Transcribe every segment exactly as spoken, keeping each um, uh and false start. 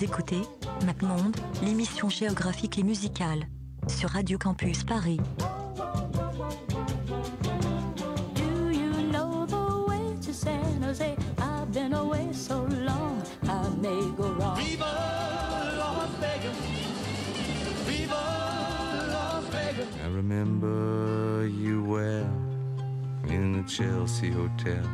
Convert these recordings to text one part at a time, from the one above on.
Vous écoutez MapMonde, l'émission géographique et musicale, sur Radio Campus Paris. Do you know the way to San Jose? I've been away so long, I may go wrong. Viva Las Vegas, Viva Las Vegas. I remember you well in the Chelsea Hotel.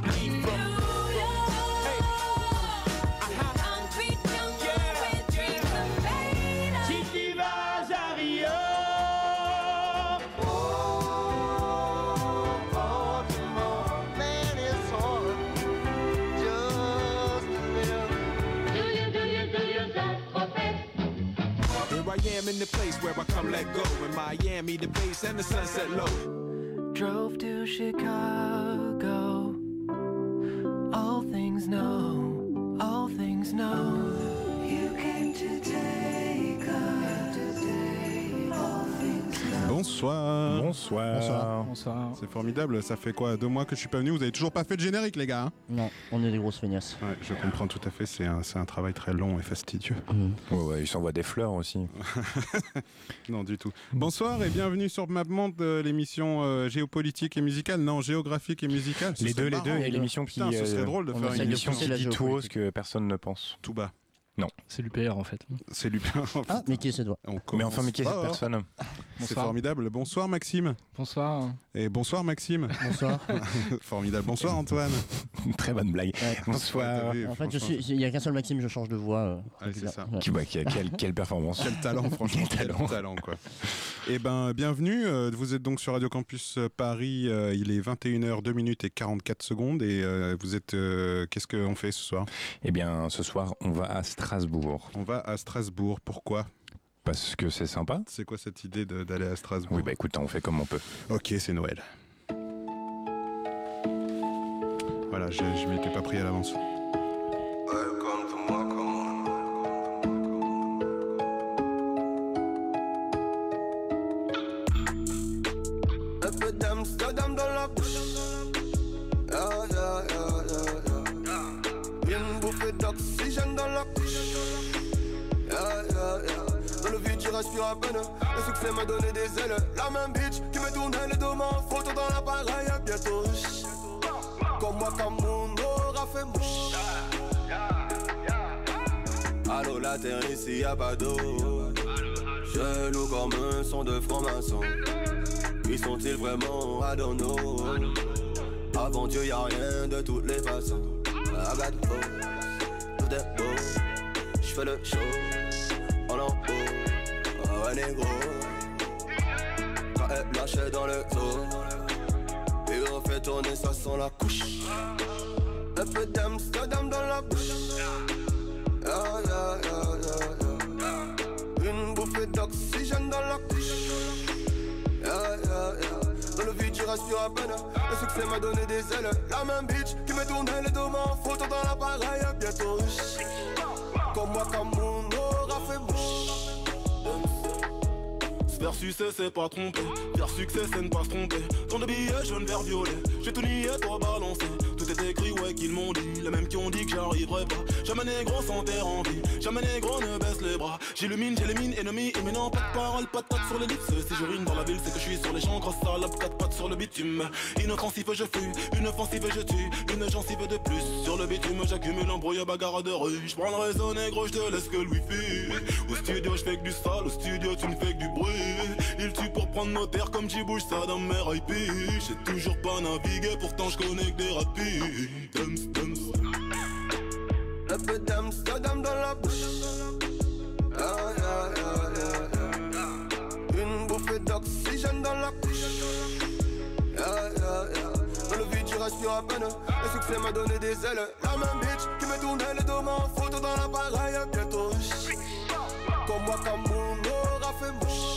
In the place where I come let go in Miami, the bass and the sunset low. Drove to Chicago. All things know, all things know. You came to take us today. All things know. Bonsoir. Bonsoir. Bonsoir. Bonsoir. C'est formidable, ça fait quoi, deux mois que je suis pas venu, vous avez toujours pas fait de générique les gars hein? Non, on est des grosses feignasses. Ouais, je comprends tout à fait, c'est un, c'est un travail très long et fastidieux. Mmh. Ouais, ouais, il s'envoie des fleurs aussi. Non, du tout. Bonsoir et bienvenue sur MapMonde, euh, l'émission euh, géopolitique et musicale. Non, géographique et musicale. Les deux, les deux, il y a de... l'émission qui... Putain, ce serait euh, drôle de faire une émission émission qui dit tout haut ce que personne ne pense. Tout bas. Non. C'est l'U P R en fait. C'est l'U P R. Ah, mais qui est cette voix? Mais enfin, mais qui est cette personne? C'est formidable. Bonsoir Maxime. Bonsoir. Et bonsoir Maxime. Bonsoir. Formidable. Bonsoir Antoine. Très bonne blague. Ouais. Bonsoir. Vu, en fait, je suis, il n'y a qu'un seul Maxime, je change de voix. Euh, ouais, c'est ça. Ouais. Qui, bah, qui, quelle, quelle performance. Quel talent, franchement. Quel talent. Quel talent, quoi. Eh ben, bienvenue. Euh, vous êtes donc sur Radio Campus Paris. Euh, il est vingt et une heures deux minutes et quarante-quatre secondes. Et euh, vous êtes. Euh, qu'est-ce qu'on fait ce soir? Eh bien, ce soir, on va à Strasbourg. On va à Strasbourg. Pourquoi? Parce que c'est sympa. C'est quoi cette idée de, d'aller à Strasbourg? Oui, bah écoute, on fait comme on peut. Ok, c'est Noël. Voilà, je, je m'étais pas pris à l'avance. Un peu d'Amsterdam dans la bouche. Yeah, yeah, yeah, yeah, yeah. Une bouffée d'oxygène dans la couche. Yeah, yeah, yeah. Dans le vide, tu respires à peine. Le succès m'a donné des ailes. La même bitch qui me tournait le dos, en photo dans l'appareil. Bientôt, comme moi, comme mon aura fait mouche. Allô, la terre ici, y'a pas d'eau. Chelou comme un son de franc-maçon. Qui sont-ils vraiment? I don't know. Avant Dieu, y'a rien de toutes les façons. I got the flow, tout est beau. J'fais le show, en lambeau. Oh, un négro. Quand elle lâchait dans le dos. Et on fait tourner, ça sent la couche. Un peu d'Amsterdam dans la bouche. Yeah, yeah, yeah, yeah, yeah. Une bouffée d'oxygène dans la couche. Yeah, yeah, yeah. Dans le vide, tu respires à peine. Le succès m'a donné des ailes. La même bitch qui me tournait le dos, en photo dans l'appareil. Bientôt riche. Comme moi, comme mon aura fait mouche. Vers succès, c'est pas tromper. Vers succès, c'est ne pas se tromper. Tant de billets jaune, vert, violet. J'ai tout nié, toi balancé. Tout est écrit, ouais, qu'ils m'ont dit. Les mêmes qui ont dit que j'arriverai pas. Jamais négro sans terre en vie. Jamais négro ne baisse les bras. J'illumine, j'élimine, ennemi. Et maintenant, pas de parole, pas de patte sur les lips. Si je rime dans la ville, c'est que je suis sur les champs. Grosse salope, quatre pattes sur le bitume. Inoffensive, je fuis. Une offensive, je tue. Une gencive de plus. Sur le bitume, j'accumule embrouille, bagarre de rue. J'prends le réseau négro, j'te laisse que le wifi. Au studio, j'fais que du sale. Au studio, tu ne fais que du bruit. Il tue pour prendre nos terres comme j'y bouge ça dans mes I P. J'ai toujours pas navigué, pourtant je connais que des rapides. Dums, dums. Un peu d'Amsterdam dans la bouche. Yeah, yeah, yeah, yeah, yeah. Une bouffée d'oxygène dans la couche. Yeah, yeah, yeah. Dans le vide, tu respires à peine. Le succès m'a donné des ailes. La même bitch qui me tournait le dos, en photo dans l'appareil. Bientôt riche. Comme moi, comme mon aura fait mouche.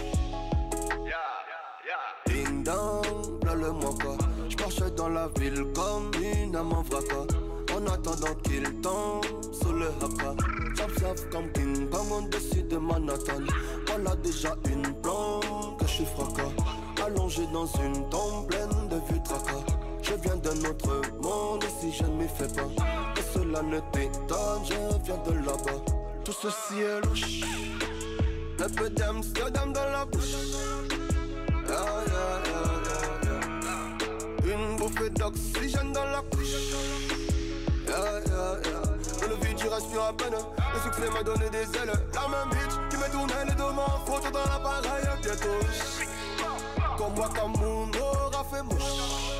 Ding dong, là le moi quoi. J'marche dans la ville comme une âme en fracas. En attendant qu'il tombe sous le haka. J'observe comme King Kong au-dessus de Manhattan. Voilà déjà une plombe que je suis fracas. Allongé dans une tombe pleine de vues tracas. Je viens d'un autre monde et si je ne m'y fais pas, que cela ne t'étonne, je viens de là-bas. tout ceci est louche. Un peu d'Amsterdam dans la bouche. Yeah, yeah, yeah, yeah, yeah. Une bouffée d'oxygène dans la couche. Yeah, yeah, yeah. Dans le vide, je respire à peine. Le succès m'a donné des ailes. La même bitch qui me tournait les deux mains en photo dans l'appareil bientôt. Comme moi, comme mon aura fait mouche.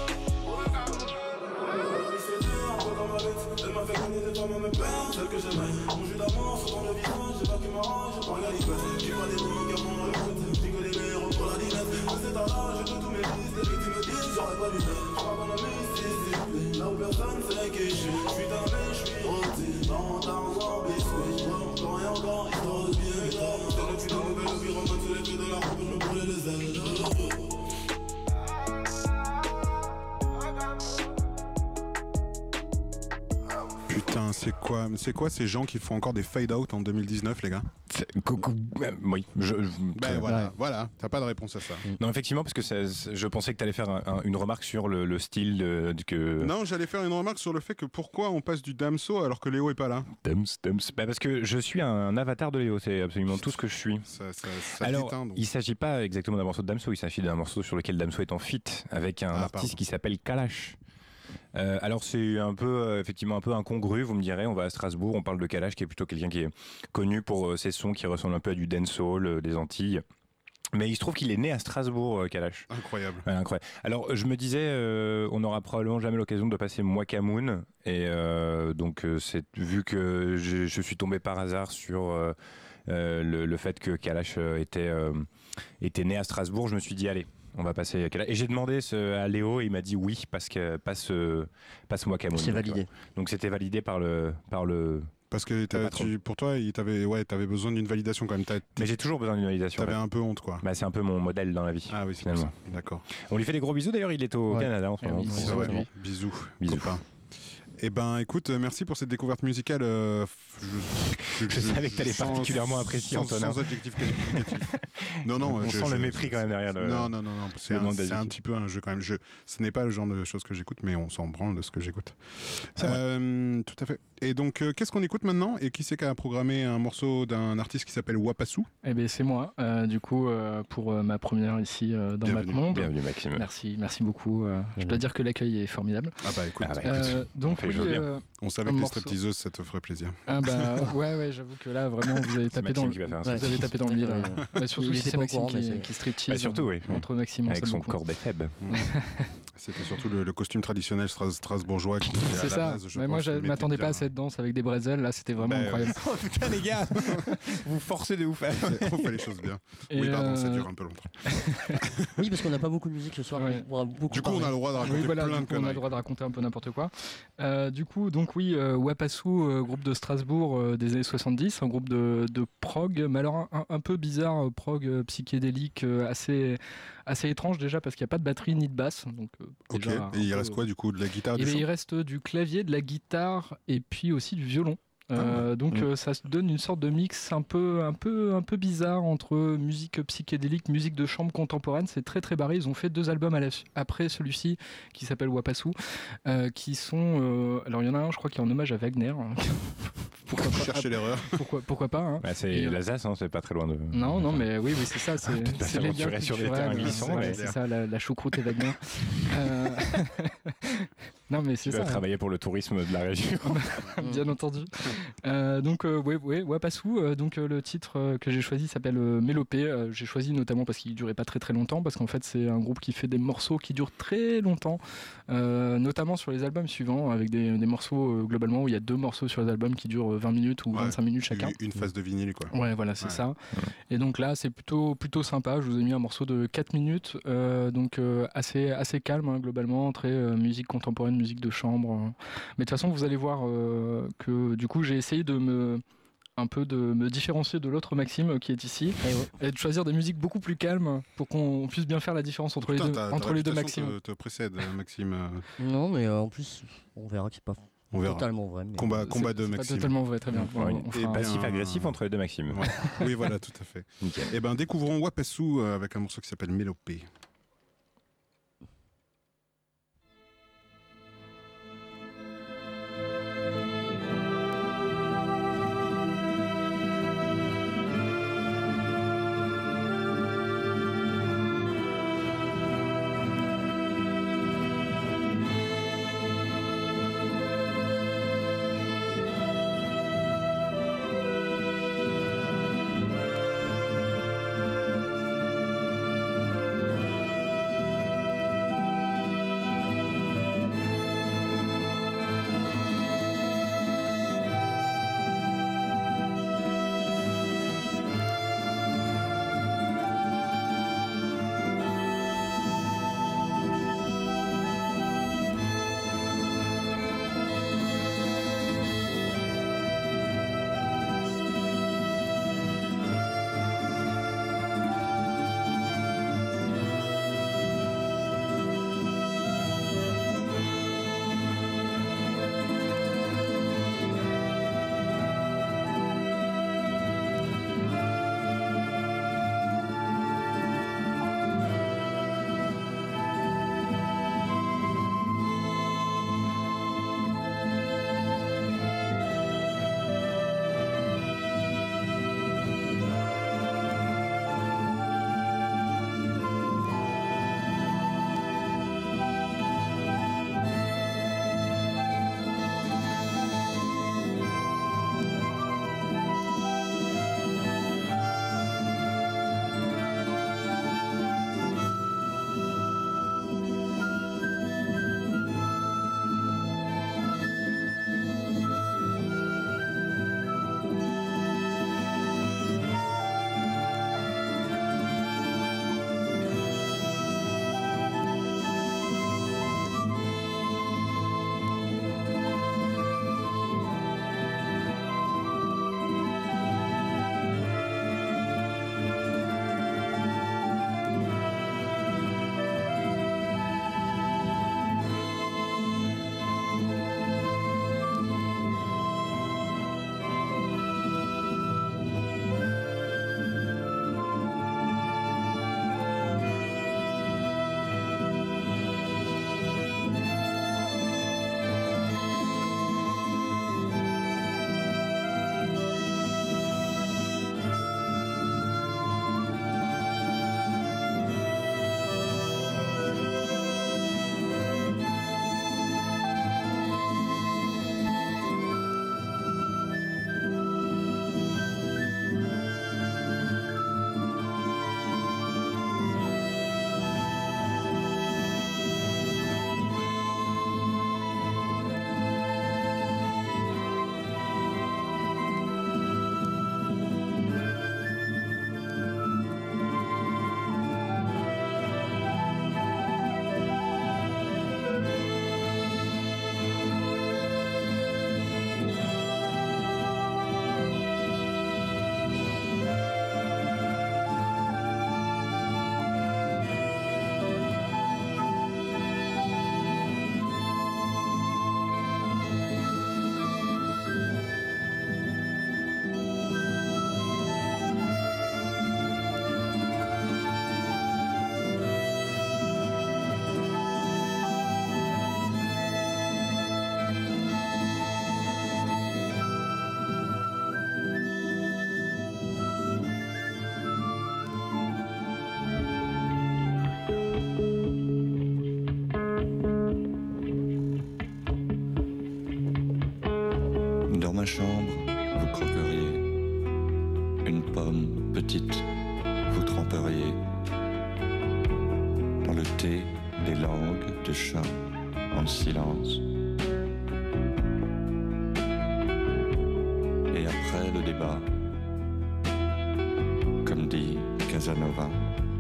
Elle m'a fait connaître des femmes à mes peines, celles que j'aimais. Mon jus d'amour sur ton le visage, j'ai pas qui m'arrange, j'ai pas regardé quoi. J'ai pas des bouilles qui font le côté, pique les meilleurs pour la dinette. À cet âge, j'ai tout tous mes fils, les victimes me disent, j'aurais pas dû faire. J'suis pas bon ami, si, si, si. Là où personne sait qui j'suis. J'suis dans la main, j'suis rôti. Dans ta en biscuit, j'bois encore et encore, histoire de bien évidemment. T'es le putain nouvelle vie, romane sous les feux de la robe, j'me brûlais les ailes. Putain, c'est quoi, c'est quoi ces gens qui font encore des fade-out en deux mille dix-neuf, les gars? Oui, je, je, ben voilà, ouais. voilà, t'as pas de réponse à ça. Non, effectivement, parce que ça, je pensais que t'allais faire un, un, une remarque sur le, le style de, de, que. Non, j'allais faire une remarque sur le fait que pourquoi on passe du Damso alors que Léo est pas là. Dams, Dams. Bah parce que je suis un avatar de Léo, c'est absolument tout ce que je suis. Ça, ça, ça Alors, t'éteint, donc. il s'agit pas exactement d'un morceau de Damso, il s'agit d'un morceau sur lequel Damso est en feat avec un Ah, artiste pardon. qui s'appelle Kalash. Euh, alors c'est un peu euh, effectivement un peu incongru, vous me direz. On va à Strasbourg, on parle de Kalash qui est plutôt quelqu'un qui est connu pour euh, ses sons qui ressemblent un peu à du dancehall euh, des Antilles. Mais il se trouve qu'il est né à Strasbourg, euh, Kalash. Incroyable. Ouais, incroyable. Alors je me disais, euh, on n'aura probablement jamais l'occasion de passer Mwakamoon, et euh, donc euh, c'est vu que je, je suis tombé par hasard sur euh, euh, le, le fait que Kalash euh, était euh, était né à Strasbourg, je me suis dit allez. On va passer et j'ai demandé ce, à Léo et il m'a dit oui parce que passe passe moi Cameroun. C'est validé. Donc c'était validé par le par le parce que tu, pour toi il t'avait ouais t'avais besoin d'une validation quand même. Mais j'ai toujours besoin d'une validation. T'avais ouais. un peu honte quoi. Bah c'est un peu mon modèle dans la vie. Ah oui finalement. D'accord. On lui fait des gros bisous d'ailleurs, il est au ouais. Canada en ce moment. Oui, c'est vrai, lui. Bisous. Bisous. Copain. Eh ben, écoute, merci pour cette découverte musicale. Euh, je, je, je savais que t'allais particulièrement apprécier Antonin. Sans adjectif qualificatif. non, non. On je, sent je, le mépris quand même derrière le. Non, non, non, non. C'est un, un petit peu un jeu quand même. Je, ce n'est pas le genre de choses que j'écoute, mais on s'en branle de ce que j'écoute. Euh, tout à fait. Et donc, euh, qu'est-ce qu'on écoute maintenant? Et qui c'est qui a programmé un morceau d'un artiste qui s'appelle Wapassou? Eh ben, c'est moi. Euh, du coup, euh, pour euh, ma première ici euh, dans MapMonde. Bienvenue, Maxime. Merci, merci beaucoup. Euh, je dois dire que l'accueil est formidable. Ah bah écoute. Ah bah, écoute euh, donc, on, oui, euh, on savait que les stripteaseuses, ça te ferait plaisir. Ah bah ouais, ouais, j'avoue que là, vraiment, vous avez tapé dans le, vous avez tapé dans le mille. Bah, surtout si c'est Maxime qui, qui striptease. Bah, surtout, oui. Entre Maxime, avec son corps d'Éphèbe. C'était surtout le, le costume traditionnel stras- strasbourgeois qui c'est ça. Base, je moi, je m'attendais pas à cette danse avec des bretzels. Là, c'était vraiment bah, incroyable. Oh putain, les gars, vous forcez de ouf. On fait les choses bien. Et oui, pardon, euh... ça dure un peu longtemps. Oui, parce qu'on n'a pas beaucoup de musique ce soir. Ouais. Du coup, on a le droit de raconter oui, voilà, plein de conneries. On a le droit de raconter un peu n'importe quoi. Euh, du coup, donc oui, euh, Wapassou, euh, groupe de Strasbourg euh, des années soixante-dix, un groupe de, de prog, mais alors un, un peu bizarre, euh, prog euh, psychédélique, euh, assez assez étrange déjà parce qu'il n'y a pas de batterie ni de basse. Donc, euh, ok. Déjà, et il reste quoi du coup, de la guitare, et du chant? Il reste du clavier, de la guitare et puis aussi du violon. Euh, donc mmh. euh, ça se donne une sorte de mix un peu, un peu, un peu bizarre entre musique psychédélique, musique de chambre contemporaine. C'est très très barré. Ils ont fait deux albums à la, après celui-ci qui s'appelle Wapassou, euh, qui sont. Euh, alors il y en a un, je crois, qui est en hommage à Wagner. Pourquoi pas chercher l'erreur. Pourquoi, pourquoi pas hein. Bah, c'est et l'Alsace, hein, c'est pas très loin de. Non, non, mais oui, oui, c'est ça. C'est, c'est les liens sur des terrains glissants. Ouais, c'est ça, la, la choucroute et Wagner. euh... non, mais c'est tu ça. Tu vas travailler pour le tourisme de la région. Bien entendu. Euh, donc, euh, ouais, ouais, Wapassou. Euh, donc, euh, le titre euh, que j'ai choisi s'appelle euh, Mélopée. Euh, j'ai choisi notamment parce qu'il durait pas très très longtemps, parce qu'en fait, c'est un groupe qui fait des morceaux qui durent très longtemps, euh, notamment sur les albums suivants, avec des, des morceaux euh, globalement où il y a deux morceaux sur les albums qui durent vingt minutes ou ouais, vingt-cinq minutes chacun. Une phase de vinyle, quoi. Ouais, voilà, c'est ouais. ça. Et donc là, c'est plutôt plutôt sympa. Je vous ai mis un morceau de quatre minutes, euh, donc euh, assez assez calme hein, globalement, très euh, musique contemporaine, musique de chambre. Euh. Mais de toute façon, vous allez voir euh, que du coup, j'ai essayé de me un peu de me différencier de l'autre Maxime qui est ici et, ouais. et de choisir des musiques beaucoup plus calmes pour qu'on puisse bien faire la différence entre Putain, les deux ta, entre ta les deux Maxime. Te, te précède Maxime. Non, mais euh, en plus, on verra que c'est pas. On verra. Totalement vrai. Mais combat, c'est, combat c'est, de c'est Maxime. Pas totalement vrai, très bien. Ouais, on fera... Passif-agressif entre les deux Maxime. Ouais. Oui, voilà, tout à fait. Okay. Et ben, découvrons Wapassou avec un morceau qui s'appelle Mélopée. Dans ma chambre, vous croqueriez une pomme petite, vous tremperiez dans le thé des langues de chat en silence. Et après le débat, comme dit Casanova,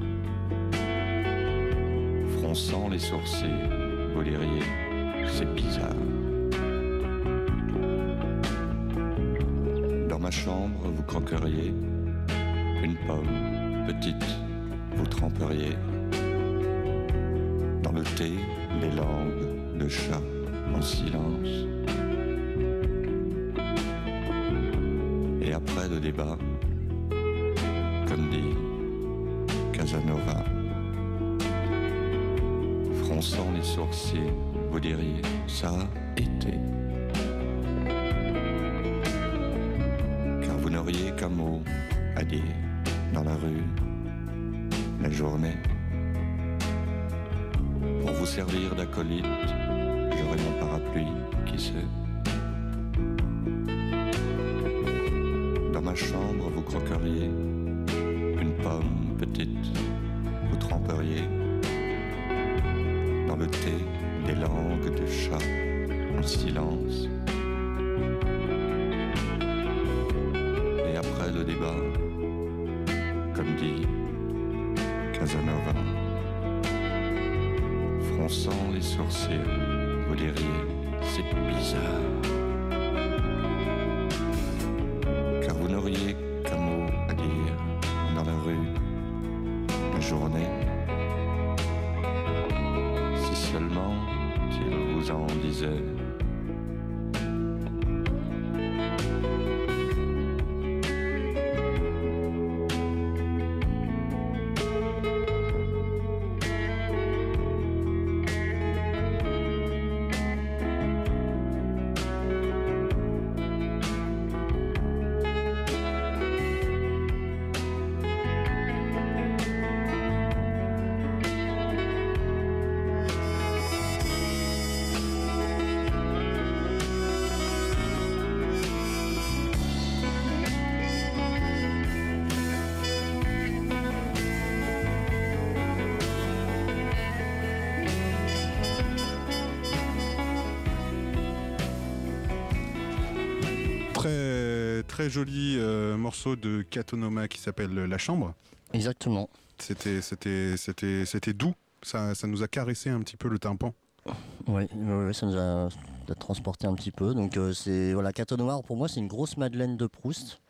fronçant les sourcils, vous diriez, c'est bizarre. Dans ma chambre, vous croqueriez une pomme petite, vous tremperiez dans le thé des langues de chat en silence. Et après le débat, comme dit Casanova, fronçant les sourcils, vous diriez, ça a été. Car vous n'auriez qu'un mot à dire dans la rue, la journée. Pour vous servir d'acolyte, j'aurai mon parapluie, qui sait. Dans ma chambre, vous croqueriez une pomme petite, vous tremperiez dans le thé des langues de chat en silence. Et après le débat, comme dit Casanova, fronçant les sourcils, vous diriez, c'est bizarre. Car vous n'auriez qu'un mot à dire dans la rue, la journée. Si seulement il vous en disait. Très joli euh, morceau de Katonoma qui s'appelle La Chambre. Exactement. C'était, c'était, c'était, c'était doux. Ça, ça nous a caressé un petit peu le tympan. Oui, ouais, ça nous a, a transporté un petit peu. Donc euh, c'est voilà, Katonoma. Pour moi, c'est une grosse Madeleine de Proust.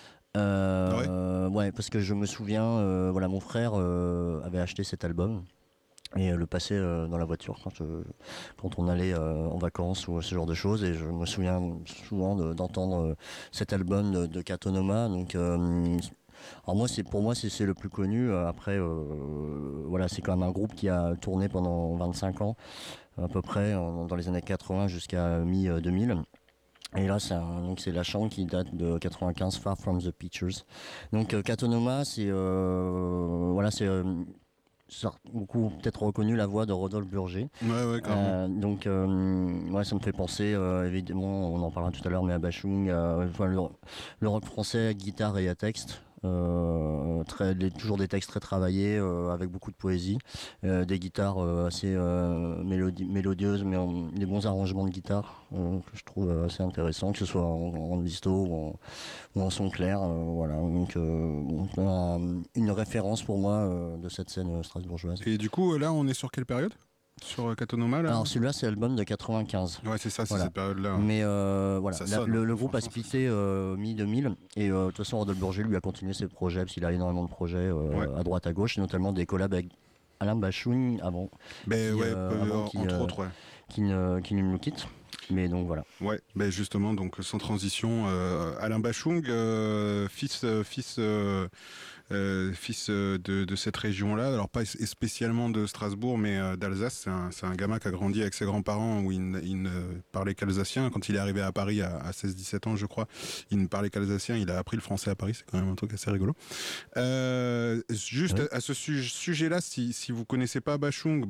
Euh, ouais. Euh, ouais, parce que je me souviens, euh, voilà, mon frère euh, avait acheté cet album. Et euh, le passer euh, dans la voiture quand, euh, quand on allait euh, en vacances ou ce genre de choses. Et je me souviens souvent de, d'entendre euh, cet album de, de Katonoma. Donc, euh, alors moi, c'est, pour moi, c'est, c'est le plus connu. Après, euh, voilà, c'est quand même un groupe qui a tourné pendant vingt-cinq ans, à peu près, en, dans les années quatre-vingts jusqu'à mi-deux mille. Et là, c'est, un, donc c'est La Chambre qui date de quatre-vingt-quinze, Far From The Pictures. Donc, euh, Katonoma, c'est... Euh, voilà, c'est... Euh, beaucoup peut-être reconnu la voix de Rodolphe Burger. Ouais, ouais, euh, donc, euh, ouais, ça me fait penser, euh, évidemment, on en parlera tout à l'heure, mais à Bashung, euh, enfin, le, le rock français à guitare et à texte. Euh, très, les, toujours des textes très travaillés, euh, avec beaucoup de poésie, euh, des guitares euh, assez euh, mélodi- mélodieuses, mais en, des bons arrangements de guitare euh, que je trouve assez intéressants, que ce soit en, en disto ou en, ou en son clair. Euh, voilà, donc euh, un, une référence pour moi euh, de cette scène strasbourgeoise. Et du coup, là, on est sur quelle période ? Sur Katonoma, là ? Alors celui-là, c'est l'album de quatre-vingt-quinze. Ouais, c'est ça, c'est voilà. cette période-là. Mais euh, voilà, ça la, sonne, le, le groupe a splitté euh, mi-deux mille, et euh, de toute façon, Rodolphe Burger lui a continué ses projets, parce qu'il a énormément de projets euh, ouais. à droite, à gauche, et notamment des collabs avec Alain Bashung avant. Ben qui, ouais, euh, euh, avant qui, entre euh, autres, ouais. Qui ne, qui ne nous quitte. Mais donc voilà. Ouais, ben justement, donc sans transition, euh, Alain Bashung, euh, fils, euh, fils, euh, euh, fils de, de cette région-là, alors pas spécialement de Strasbourg, mais euh, d'Alsace. C'est un, c'est un gamin qui a grandi avec ses grands-parents où il, il ne parlait qu'alsacien. Quand il est arrivé à Paris à, à seize dix-sept ans, je crois, il ne parlait qu'alsacien. Il a appris le français à Paris, c'est quand même un truc assez rigolo. Euh, juste oui. à, à ce su- sujet-là, si, si vous connaissez pas Bashung,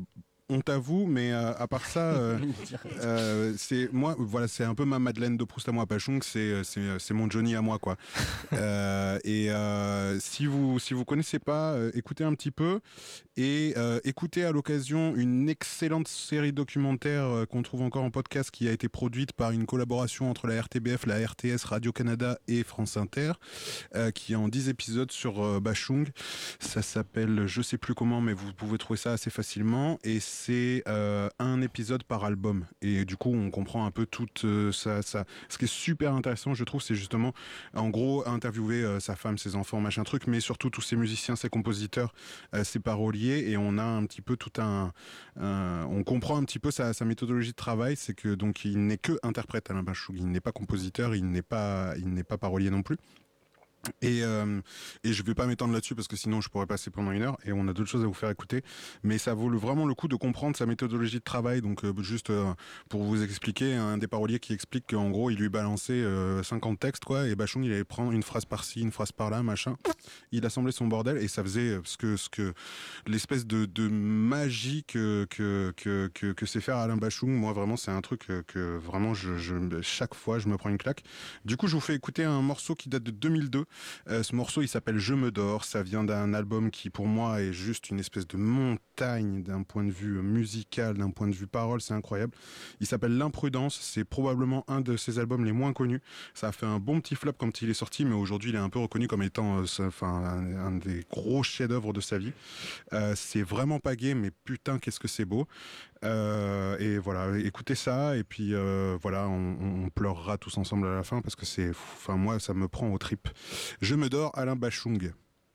honte à vous, mais euh, à part ça, euh, euh, c'est moi, voilà, c'est un peu ma Madeleine de Proust à moi, Bashung, c'est c'est c'est mon Johnny à moi, quoi. euh, et euh, si vous si vous connaissez pas, euh, écoutez un petit peu et euh, écoutez à l'occasion une excellente série documentaire euh, qu'on trouve encore en podcast qui a été produite par une collaboration entre la R T B F, la R T S, Radio-Canada et France Inter, euh, qui est en dix épisodes sur euh, Bashung. Ça s'appelle, je sais plus comment, mais vous pouvez trouver ça assez facilement. Et c'est euh, un épisode par album. Et du coup, on comprend un peu tout euh, ça, ça. Ce qui est super intéressant, je trouve, c'est justement, en gros, interviewer euh, sa femme, ses enfants, machin truc, mais surtout tous ces musiciens, ces compositeurs, euh, ces paroliers. Et on a un petit peu tout un, un on comprend un petit peu sa, sa méthodologie de travail. C'est que donc il n'est que interprète, Alain Bashung. Il n'est pas compositeur, il n'est pas, il n'est pas parolier non plus. Et, euh, et je vais pas m'étendre là-dessus parce que sinon je pourrais passer pendant une heure et on a d'autres choses à vous faire écouter, mais ça vaut le, vraiment le coup de comprendre sa méthodologie de travail. Donc euh, juste euh, pour vous expliquer, un des paroliers qui explique qu'en gros il lui balançait euh, cinquante textes, quoi, et Bashung il allait prendre une phrase par-ci, une phrase par-là, machin, il assemblait son bordel et ça faisait ce que, ce que l'espèce de, de magie que, que, que, que, que c'est faire Alain Bashung. Moi vraiment c'est un truc que, que vraiment je, je, chaque fois je me prends une claque. Du coup je vous fais écouter un morceau qui date de deux mille deux. Euh, ce morceau il s'appelle Je me dors, ça vient d'un album qui pour moi est juste une espèce de montagne d'un point de vue musical, d'un point de vue parole, c'est incroyable. Il s'appelle L'Imprudence, c'est probablement un de ses albums les moins connus. Ça a fait un bon petit flop quand il est sorti, mais aujourd'hui il est un peu reconnu comme étant euh, enfin, un, un des gros chefs-d'œuvre de sa vie. Euh, c'est vraiment pas gay, mais putain qu'est-ce que c'est beau. Euh, et voilà, écoutez ça et puis euh, voilà, on, on pleurera tous ensemble à la fin parce que c'est, enfin moi ça me prend aux tripes. Je me dors, Alain Bashung.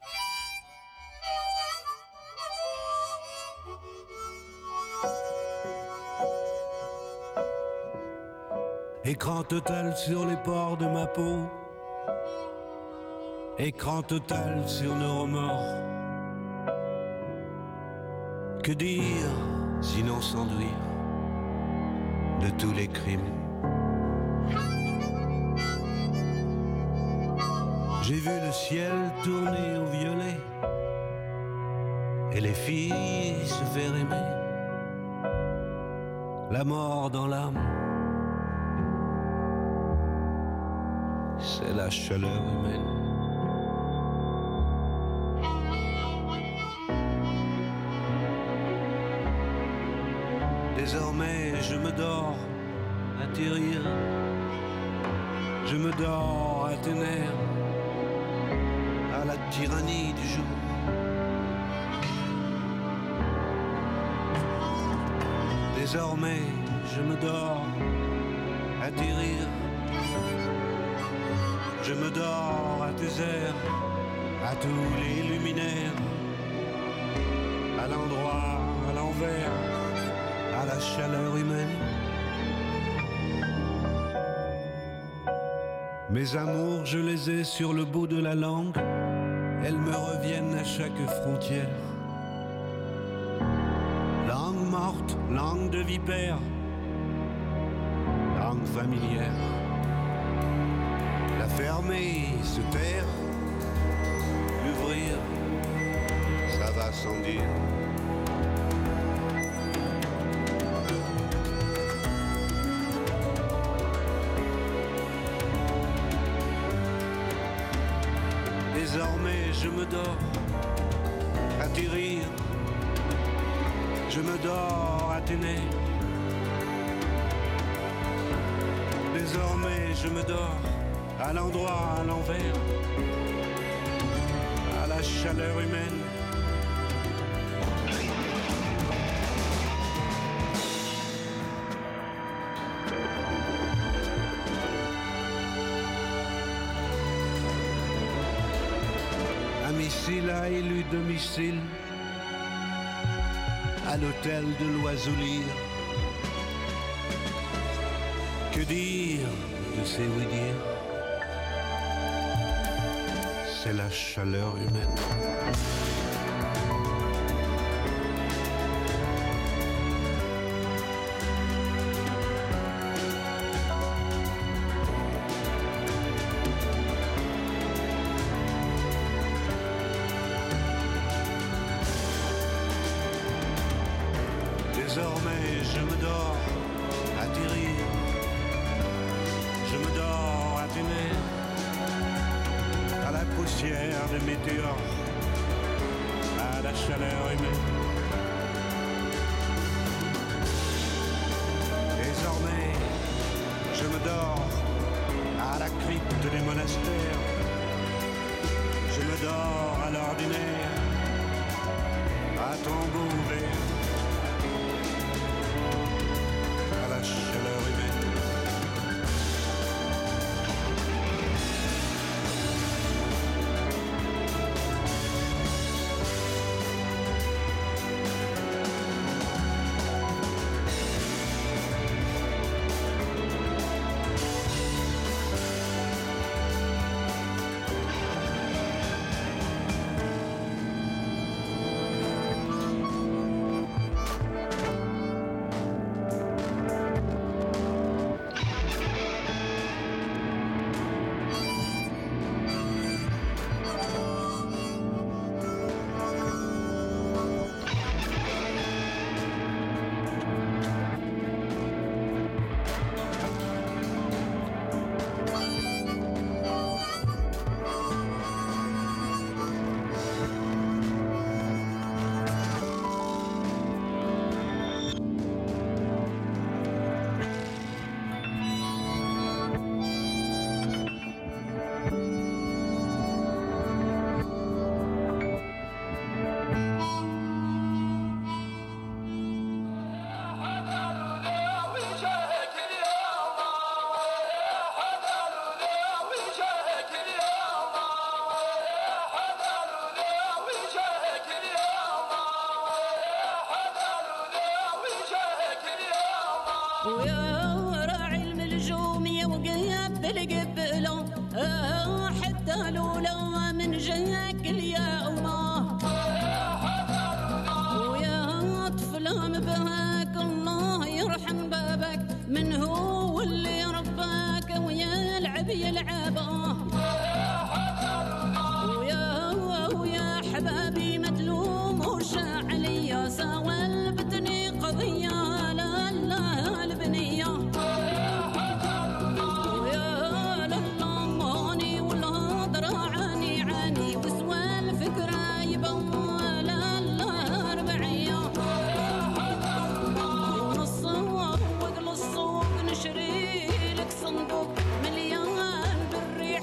Écran total sur les pores de ma peau, écran total sur nos remords. Que dire sinon s'enduire de tous les crimes? J'ai vu le ciel tourner au violet et les filles se faire aimer, la mort dans l'âme, c'est la chaleur humaine. Désormais je me dors à tes rires, je me dors à tes nerfs, à la tyrannie du jour. Désormais je me dors à tes rires, je me dors à tes airs, à tous les luminaires, à l'endroit, à l'envers, à la chaleur humaine. Mes amours, je les ai sur le bout de la langue, elles me reviennent à chaque frontière. Langue morte, langue de vipère, langue familière. La fermer, se taire, l'ouvrir, ça va sans dire. Désormais je me dors à tes rires, je me dors à tes nerfs. Désormais je me dors à l'endroit, à l'envers, à la chaleur humaine. Un missile a élu domicile à l'hôtel de l'Oiseau-Lyre. Que dire de ces oui-dire? C'est la chaleur humaine. je me dors à tes rires, je me dors à tes nerfs, à la poussière de météores, à la chaleur humaine. Désormais, je me dors à la crypte des monastères, je me dors à l'ordinaire, à tombeau ouvert, à la chaleur humaine. ويا راعي الملجوم يا وقف بالقبلة حتى لولا من جاك اليوم ويا طفلة مبهاك الله يرحم بابك من هو اللي رباك ويلعب يلعبه ويا ويا حبابي مدلوم وشاعل يا سوى البتني قضية لا لا البنية ويا لله ماني ولا درعاني عاني وسوى الفكرة يبغى لا لا ربعية ونصوب وقل الصوب نشري لك صندوق مليان بالريال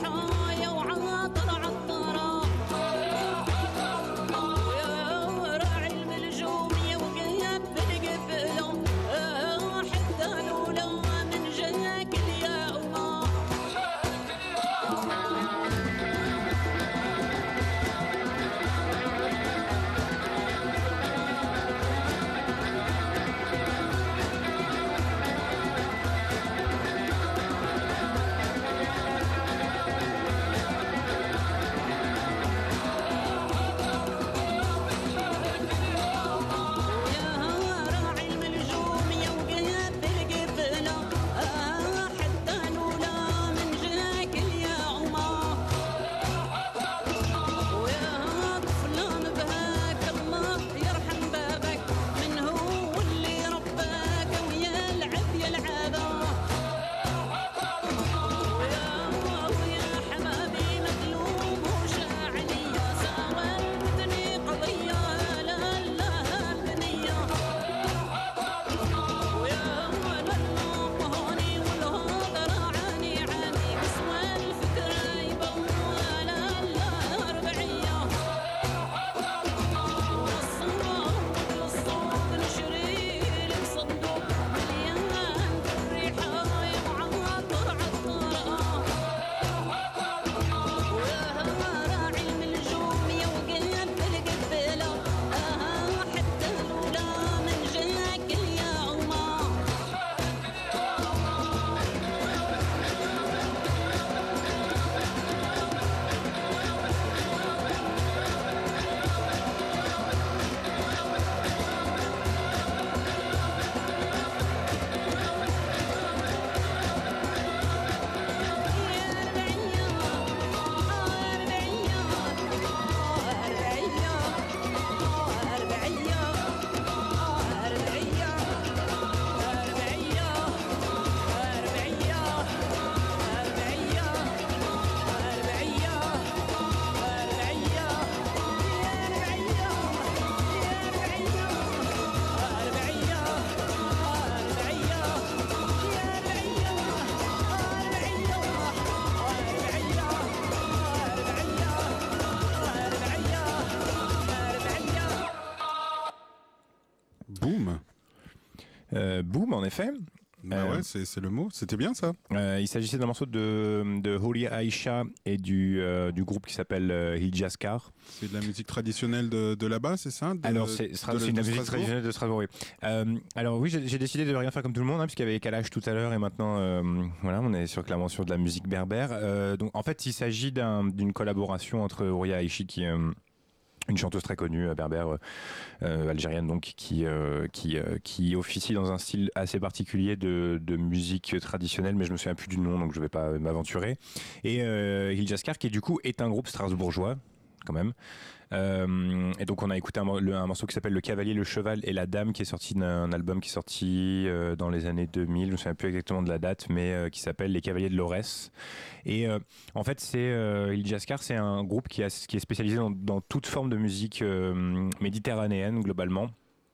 Euh, boom, en effet. Bah Euh, ouais, c'est c'est le mot. C'était bien ça. Euh, il s'agissait d'un morceau de, de Holy Aisha et du, euh, du groupe qui s'appelle euh, Hiljaskar. C'est de la musique traditionnelle de, de là-bas, c'est ça de, Alors, c'est, de c'est la- une de musique Strasbourg traditionnelle de Strasbourg, oui. Euh, alors oui, j'ai, j'ai décidé de rien faire comme tout le monde, hein, puisqu'il y avait Kalash tout à l'heure et maintenant, euh, voilà, on est sur, clairement sur de la musique berbère. Euh, donc, en fait, il s'agit d'un, d'une collaboration entre Horia Aishi, qui est euh, une chanteuse très connue, euh, berbère, euh, euh, algérienne, donc, qui, euh, qui, euh, qui officie dans un style assez particulier de, de musique traditionnelle, mais je me souviens plus du nom, donc je vais pas m'aventurer. Et euh, Hiljaskar, qui du coup est un groupe strasbourgeois, quand même. Euh, et donc on a écouté un, mor- le- un morceau qui s'appelle Le Cavalier, le Cheval et la Dame, qui est sorti d'un album qui est sorti euh, dans les années deux mille, je me souviens plus exactement de la date, mais euh, qui s'appelle Les Cavaliers de l'Aurès. Et euh, en fait, c'est euh, Hiljaskar, c'est un groupe qui, a, qui est spécialisé dans, dans toute forme de musique euh, méditerranéenne globalement.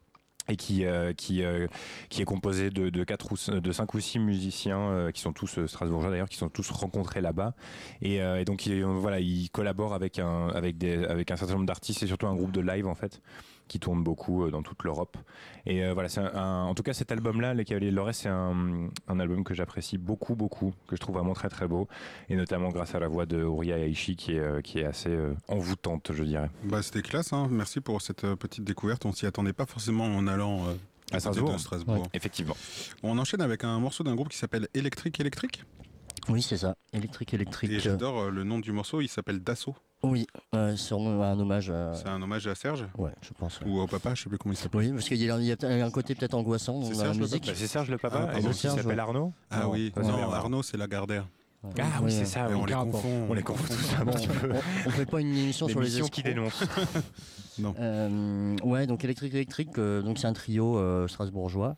Et qui euh, qui euh, qui est composé de de quatre ou de cinq ou six musiciens euh, qui sont tous euh, strasbourgeois d'ailleurs, qui sont tous rencontrés là-bas. Et, euh, et donc ils, voilà, ils collaborent avec un avec des avec un certain nombre d'artistes et surtout un groupe de live en fait qui tourne beaucoup euh, dans toute l'Europe. Et euh, voilà, c'est un, un- en tout cas cet album-là, Les Cavaliers de l'Aurès, c'est un un album que j'apprécie beaucoup beaucoup, que je trouve vraiment très très beau, et notamment grâce à la voix de Horia Aishi qui est euh, qui est assez euh, envoûtante, je dirais. Bah, c'était classe, hein. Merci pour cette euh, petite découverte. On s'y attendait pas forcément en allant euh, À du côté Strasbourg. de Strasbourg. Ouais. Effectivement. On enchaîne avec un morceau d'un groupe qui s'appelle Électrique Électrique. Oui, c'est ça. Électrique, électrique. Et j'adore euh, le nom du morceau, il s'appelle Dassault. Oui, euh, sûrement un hommage à... C'est un hommage à Serge. Ouais, je pense. ouais. Ou au papa, je sais plus comment il s'appelle. Oui, parce qu'il y a, il y a peut-être un côté peut-être angoissant C'est dans la Serge le musique. papa Bah, c'est Serge le papa, Ah, et pardon. l'autre qui Serge, s'appelle ouais. Arnaud. Ah Non, oui, ça, c'est non, Bernard. Arnaud, c'est Lagardère. Ah oui, Ouais, c'est ça. Et oui. on les rapport. confond. On les confond tous un petit peu. On, on fait pas une émission sur les L'émission escrocs. qui dénonce. Non. Euh, ouais, donc électrique électrique, euh, donc c'est un trio euh, strasbourgeois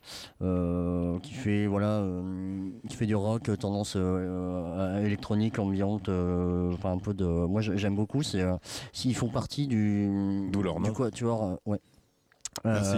euh, qui fait voilà, euh, qui fait du rock euh, tendance euh, à électronique ambiante, euh, enfin un peu de. Moi je- j'aime beaucoup. C'est euh, s'ils font partie du. D'où leur du nom. quatuor, euh, ouais. Merci.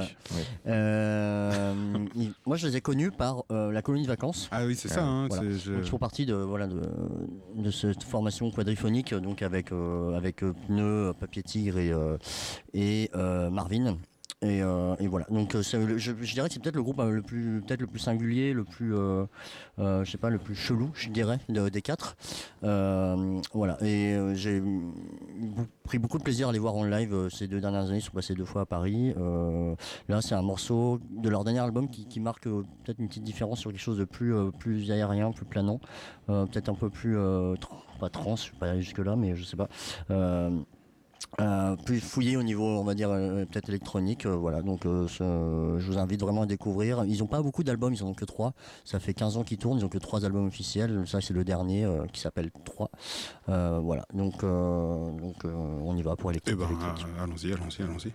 Euh, ils- moi, je les ai connus par euh, la colonie de vacances. Ah oui, c'est ça. Hein, Voilà. c'est- je- Donc, ils font partie de voilà de, de cette formation quadriphonique, donc avec euh, avec euh, Pneu, Papier Tigre et euh, et euh, Marvin. Et, euh, et voilà. Donc euh, c'est le- je, je dirais que c'est peut-être le groupe euh, le plus peut-être le plus singulier, le plus euh, euh, je sais pas, le plus chelou, je dirais, de- des quatre. Euh, voilà. Et euh, j'ai bou- pris beaucoup de plaisir à les voir en live euh, ces deux dernières années. Ils sont passés deux fois à Paris. Euh, là, c'est un morceau de leur dernier album qui, qui marque euh, peut-être une petite différence sur quelque chose de plus euh, plus aérien, plus planant, euh, peut-être un peu plus euh, tr- pas trans, je vais pas aller jusque là, mais je sais pas. Euh, euh, plus fouillé au niveau, on va dire, euh, peut-être électronique. euh, voilà, donc euh, ce- je vous invite vraiment à découvrir. Ils n'ont pas beaucoup d'albums, ils en ont que trois. Ça fait quinze ans qu'ils tournent, ils ont que trois albums officiels. Ça, c'est le dernier euh, qui s'appelle trois. Euh, voilà, donc, euh, donc euh, on y va pour Eh électrique. ben, électrique. euh, allons-y, allons-y, allons-y.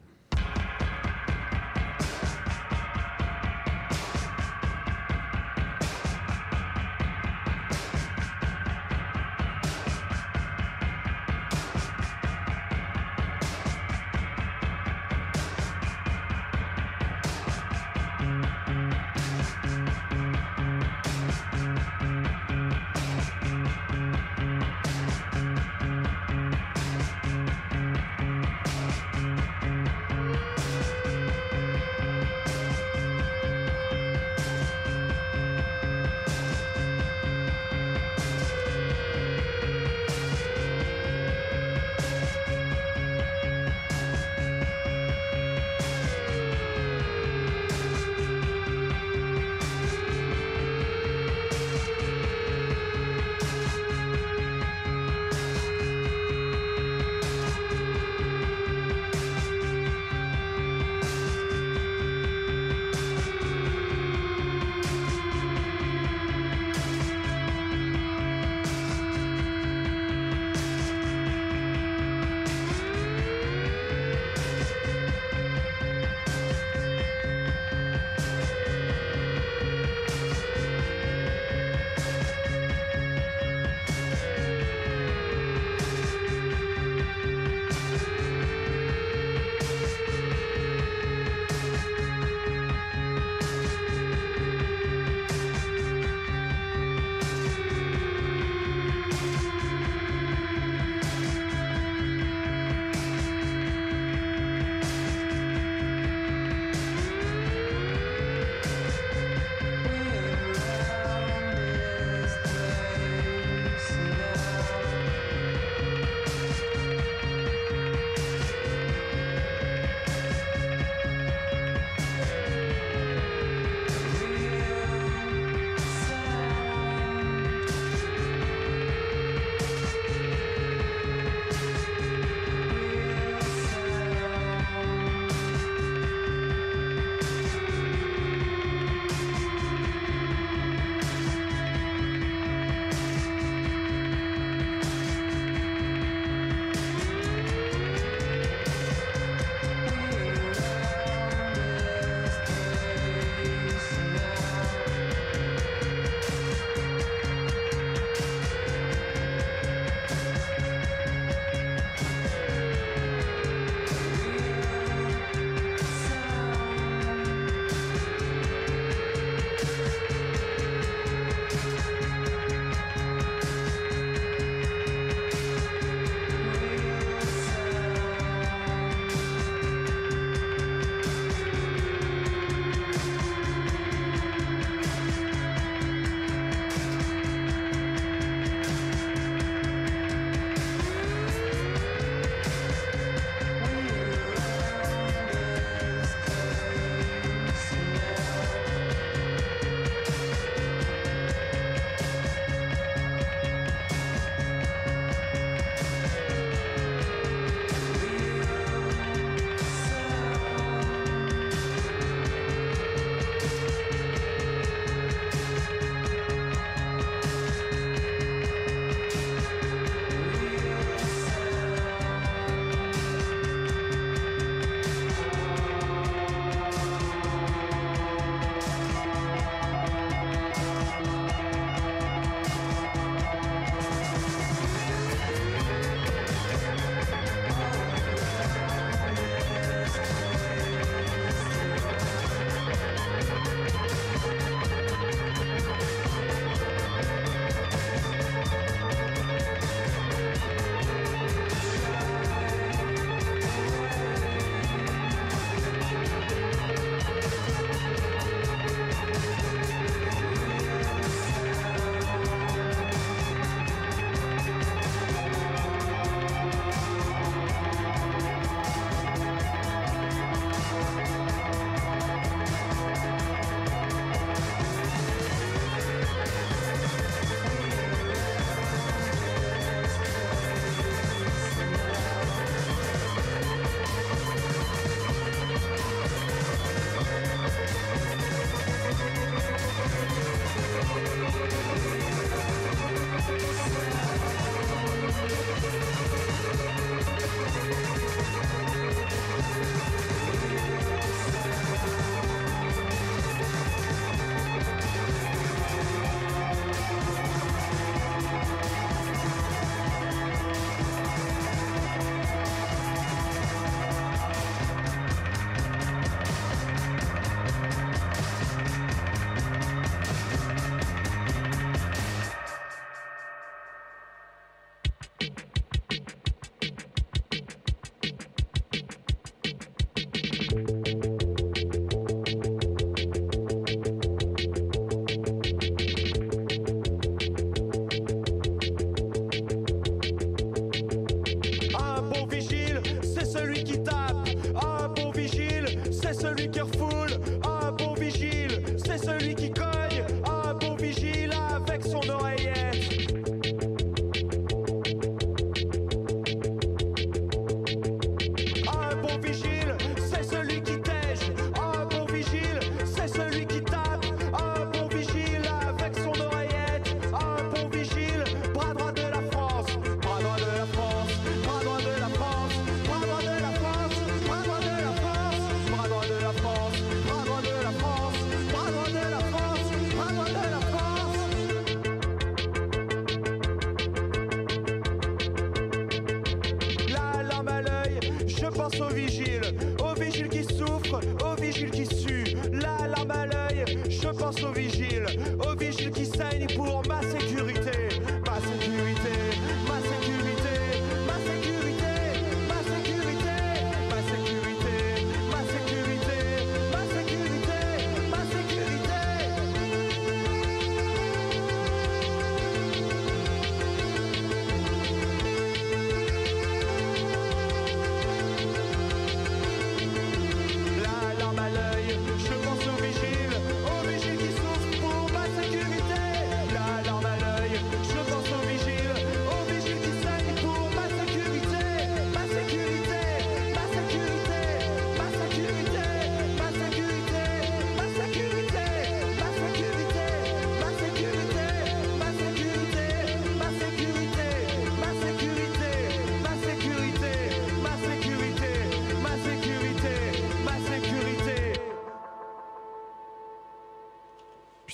Thank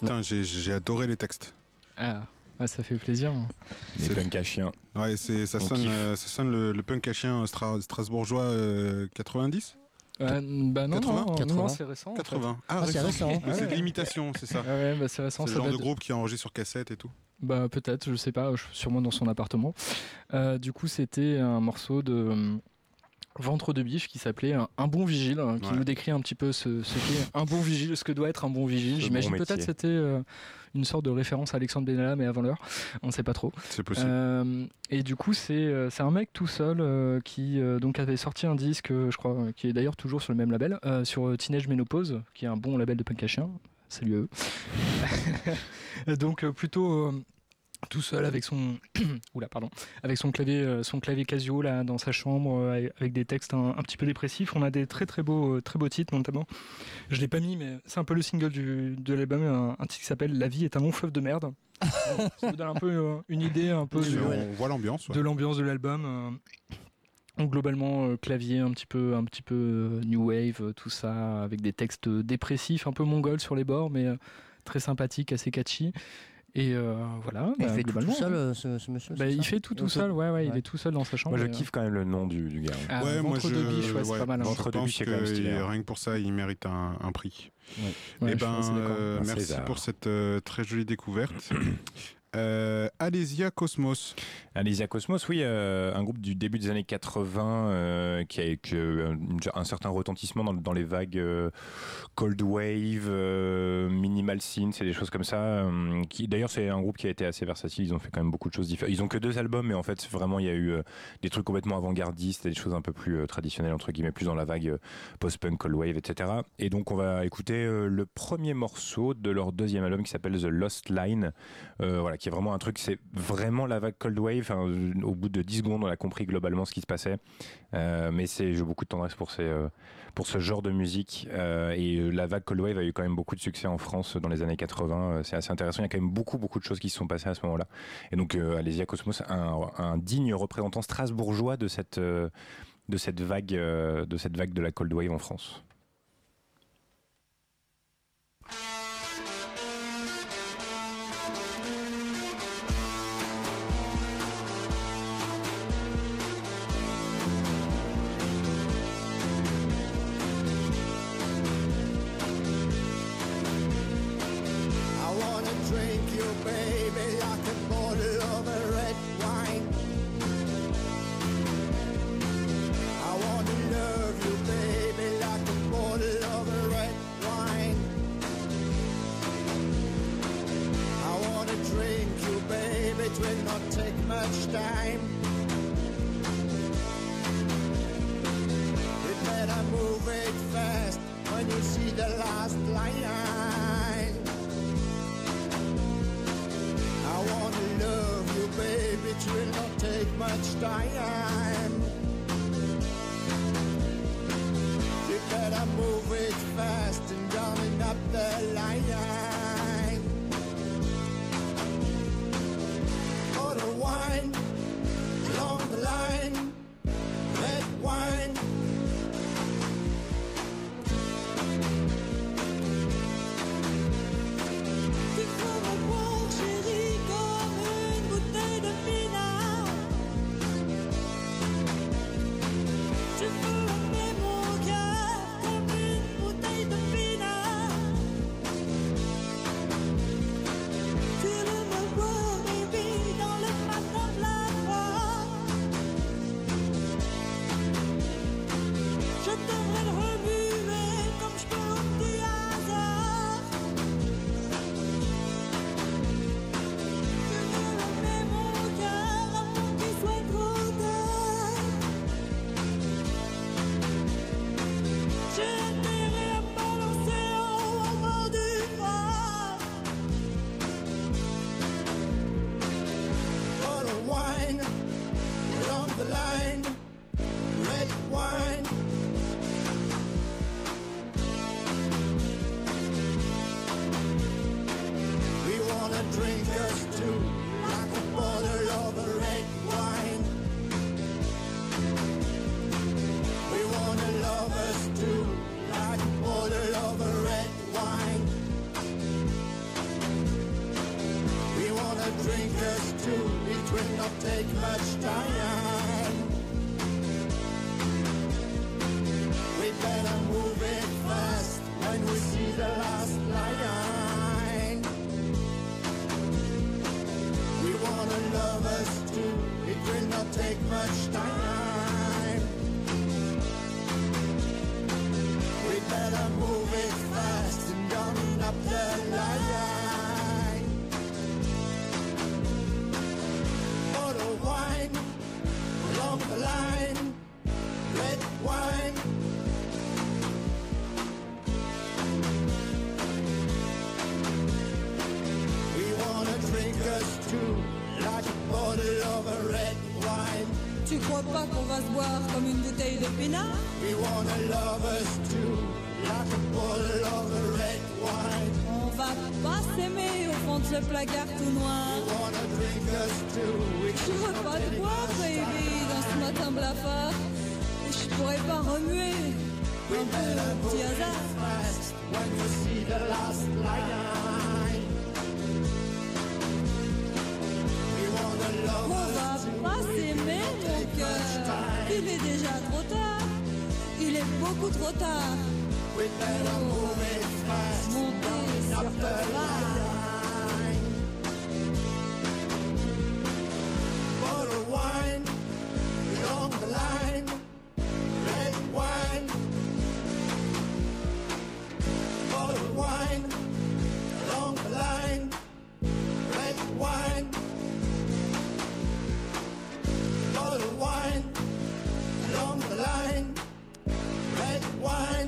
putain, j'ai, j'ai adoré les textes. Ah, ah ça fait plaisir. Les punk à chien. Ouais, c'est, ça, sonne, euh, ça sonne le, le punk à chien stra- strasbourgeois euh, quatre-vingt-dix Euh, bah non, quatre-vingts non, quatre-vins non, c'est récent. quatre-vingts. En fait. Ah, Ah, c'est récent. récent. Ah, c'est Ouais. de l'imitation, c'est ça. Ah ouais, bah c'est récent. C'est ça le genre date de groupe qui est enregistré sur cassette et tout. Bah peut-être, je sais pas, je- sûrement dans son appartement. Euh, du coup, c'était un morceau de euh, Ventre de biche qui s'appelait Un, un bon vigile, hein, qui Ouais. nous décrit un petit peu ce, ce qu'est un bon vigile, ce que doit être un bon vigile. Ce J'imagine bon peut-être métier. c'était euh, une sorte de référence à Alexandre Benalla, mais avant l'heure, on ne sait pas trop. C'est possible. Euh, et du coup, c'est euh, c'est un mec tout seul euh, qui euh, donc avait sorti un disque, euh, je crois, euh, qui est d'ailleurs toujours sur le même label, euh, sur euh, Teenage Menopause, qui est un bon label de punk à chien. Salut à eux. Donc euh, plutôt euh, tout seul avec son oula pardon avec son clavier euh, son clavier Casio là dans sa chambre euh, avec des textes un, un petit peu dépressifs. On a des très très beaux euh, très beaux titres, notamment je l'ai pas mis mais c'est un peu le single du, de l'album, un, un titre qui s'appelle La vie est un long fleuve de merde. Ça vous donne un peu euh, une idée un peu Oui, de, on voit l'ambiance. Ouais. de l'ambiance de l'album. euh, donc globalement euh, clavier un petit peu un petit peu euh, new wave, euh, tout ça avec des textes dépressifs un peu mongols sur les bords, mais euh, très sympathiques, assez catchy. Et euh, voilà. Il bah, fait tout, tout globalement, seul, hein. euh, ce, ce monsieur. Bah, c'est il ça fait tout tout Ok. seul, ouais, ouais, il Ouais. est tout seul dans sa chambre. Moi, je et, euh, kiffe quand même le nom du, du gars. Ah, Ouais, moi Ventre je. de biche, ouais, c'est ouais, pas mal, hein. Je Ventre de pense biche, c'est quand même que stylé, hein. rien que pour ça, il mérite un, un prix. Ouais, Eh je suis ben, assez d'accord. euh, Un merci César. pour cette euh, très jolie découverte. Euh, Alésia Cosmos. Alésia Cosmos, oui, euh, un groupe du début des années quatre-vingts euh, qui a eu que, une- un certain retentissement dans, dans les vagues euh, cold wave, euh, minimal synth, c'est des choses comme ça. euh, qui, d'ailleurs, c'est un groupe qui a été assez versatile. Ils ont fait quand même beaucoup de choses différentes. Ils ont que deux albums, mais en fait, vraiment, il y a eu euh, des trucs complètement avant-gardistes, des choses un peu plus euh, traditionnelles entre guillemets, plus dans la vague euh, post-punk, cold wave, et cetera. Et donc, on va écouter euh, le premier morceau de leur deuxième album qui s'appelle The Lost Line. Euh, voilà, qui est vraiment un truc, c'est vraiment la vague cold wave. Enfin, euh, au bout de dix secondes, on a compris globalement ce qui se passait. Euh, mais c'est, j'ai beaucoup de tendresse pour, ces, euh, pour ce genre de musique. Euh, et euh, la vague cold wave a eu quand même beaucoup de succès en France dans les années quatre-vingts. Euh, c'est assez intéressant. Il y a quand même beaucoup, beaucoup de choses qui se sont passées à ce moment-là. Et donc, euh, Alésia Cosmos, un, un digne représentant strasbourgeois de cette, euh, de cette vague, euh, de cette vague de la cold wave en France. I wanna drink you, baby, like a bottle of a red wine. I wanna love you, baby, like a bottle of a red wine. I wanna drink you, baby, it will not take much time. You better move it fast when you see the last line. I wanna love you, baby, it will not take much time. You better move it fast and coming up the line. For the wine, along the line, red wine. Tu faut me boire, chérie, comme une bouteille de pinard. Tu peux aimer mon cœur comme une bouteille de pinard. too. It will not take much time. We better move it fast when we see the last line. We wanna love us too. It will not take much time. We better move it fast and run up the line. Bottle wine along the line, red wine. We wanna drink us too, like a bottle of a red wine. Tu crois pas qu'on va se boire comme une bouteille de pinard? We wanna love us too, like a bottle of a red wine. On va pas s'aimer au fond de ce placard tout noir. We wanna drink us too. Je veux pas te boire, baby, dans ce matin blafard. Je pourrais pas remuer un peu le petit hasard. When you see the last line. We wanna love On us va too. pas s'aimer, mon cœur. Il est déjà trop tard. Il est beaucoup trop tard. We better move it fast. Monter sur Up the ta line. Bottle wine along the line, red wine. Bottle wine along the line, red wine. Bottle wine along the line, red wine.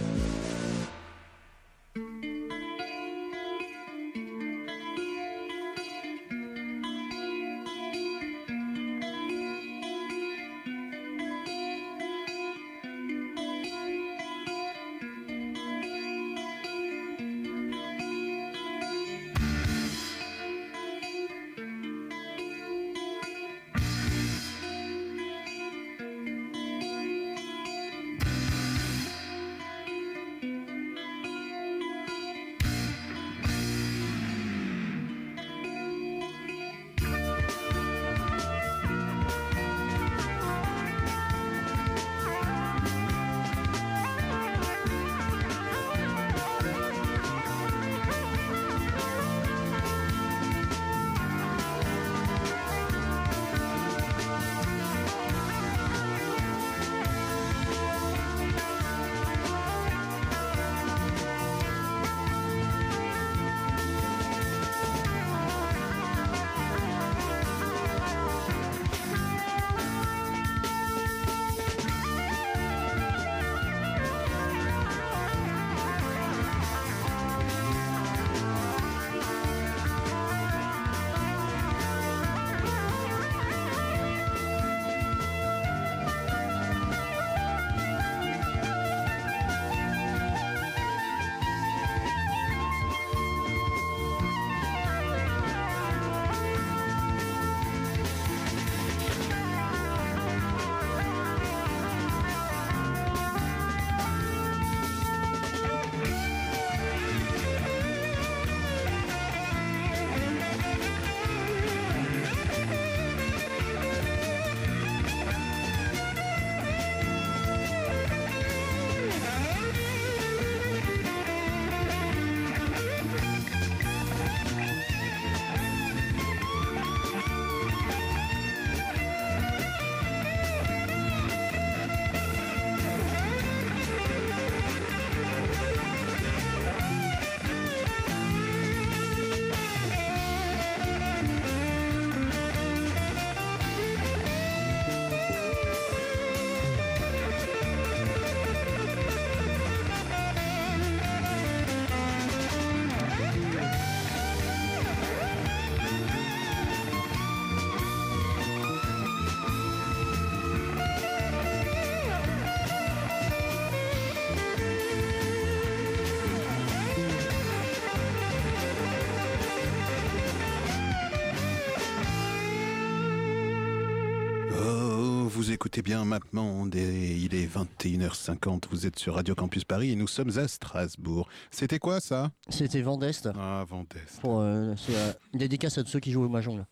Vous écoutez bien maintenant, il est vingt et une heures cinquante, vous êtes sur Radio Campus Paris et nous sommes à Strasbourg. C'était quoi ça? C'était Vendeste. Ah, Vendeste. Pour, euh, c'est euh, une dédicace à tous ceux qui jouent au Mahjong. Là.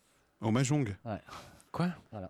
Au Mahjong. Ouais. Quoi? Voilà.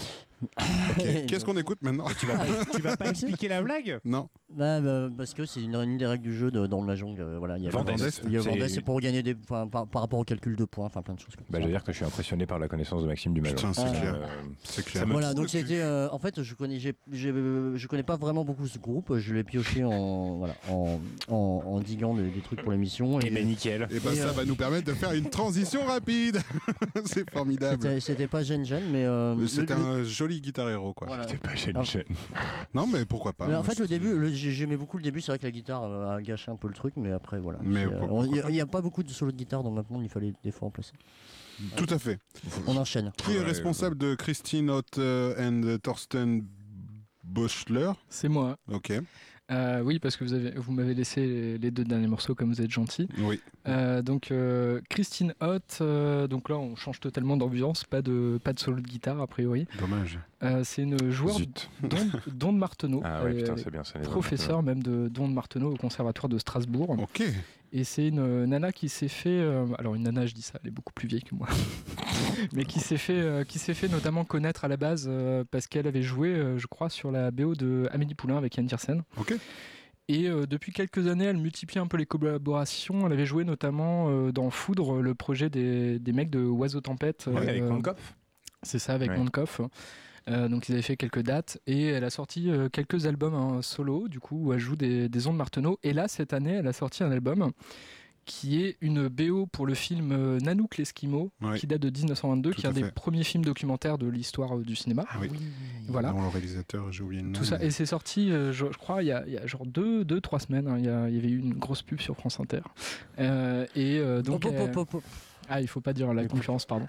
Okay. Qu'est-ce qu'on écoute maintenant? Tu vas pas, tu vas pas expliquer la blague? Non. Bah, bah, parce que c'est une, une des règles du jeu de, dans le Mahjong. Euh, voilà, il y a Vendès. Il y a C'est- Vendès, c'est pour gagner des points par, par rapport au calcul de points, enfin plein de choses comme Bah, ça. je veux dire que je suis impressionné par la connaissance de Maxime du Mahjong. Putain, c'est Ah, clair. Euh, C'est clair. ça me- Voilà, donc c'était. euh, en fait, je connais, j'ai, j'ai- je connais pas vraiment beaucoup ce groupe. Je l'ai pioché en, voilà, en, en, en diguant des, des trucs pour l'émission. Et ben nickel. Et bah Et, ça euh, va nous permettre de faire une transition rapide. C'est formidable. C'était, c'était pas Gen Gen, mais. Euh, C'était le- un joli guitar hero quoi. Voilà. C'était pas Gen Alors, Gen. Non mais pourquoi pas. Mais en moi, fait, le c'est- début, le- j'ai- j'aimais beaucoup le début. C'est vrai que la guitare euh, a gâché un peu le truc, mais après, voilà. Mais C'est, euh, pourquoi on- Il n'y a, pas beaucoup de solos de guitare dans Mapmonde, il fallait des fois en placer. Tout à fait. On enchaîne. Qui est Ouais, responsable de Christine Ott euh, and Thorsten Boschler? C'est moi. Ok. Euh, oui, parce que vous, avez, vous m'avez laissé les, les deux derniers morceaux comme vous êtes gentil. Oui. Euh, donc euh, Christine Ott, euh, donc là on change totalement d'ambiance, pas de, pas de solo de guitare a priori. Dommage. Euh, c'est une joueur Zut. d'On Don de Marteneau. Ah ouais, Elle putain, est c'est bien ça. les professeur même de Don de Marteneau au conservatoire de Strasbourg. Ok. Et c'est une nana qui s'est fait, euh, alors une nana je dis ça, elle est beaucoup plus vieille que moi, mais qui s'est fait, euh, qui s'est fait notamment connaître à la base euh, parce qu'elle avait joué, euh, je crois, sur la B O de Amélie Poulain avec Yann Tiersen. Ok. Et euh, depuis quelques années, elle multiplie un peu les collaborations. Elle avait joué notamment euh, dans Foudre, le projet des, des mecs de Oiseau Tempête. Ouais, avec euh, Mondkopf. C'est ça, avec Ouais. Mondkopf. Euh, donc ils avaient fait quelques dates et elle a sorti euh, quelques albums hein, solo, du coup, où elle joue des, des ondes Marteneau. Et là, cette année, elle a sorti un album qui est une B O pour le film euh, Nanook l'Esquimau, Ouais. qui date de dix-neuf cent vingt-deux, Tout qui est un à des fait. premiers films documentaires de l'histoire euh, du cinéma. Ah oui. Voilà. Dans le réalisateur, j'ai oublié le nom. Tout ça, et c'est sorti, euh, je, je crois, il y a, il y a genre deux, deux, trois semaines. hein, il, y a- il y avait eu une grosse pub sur France Inter. Euh, et euh, donc, Hop, hop, euh, hop, hop, hop. ah, il faut pas dire la concurrence, pardon.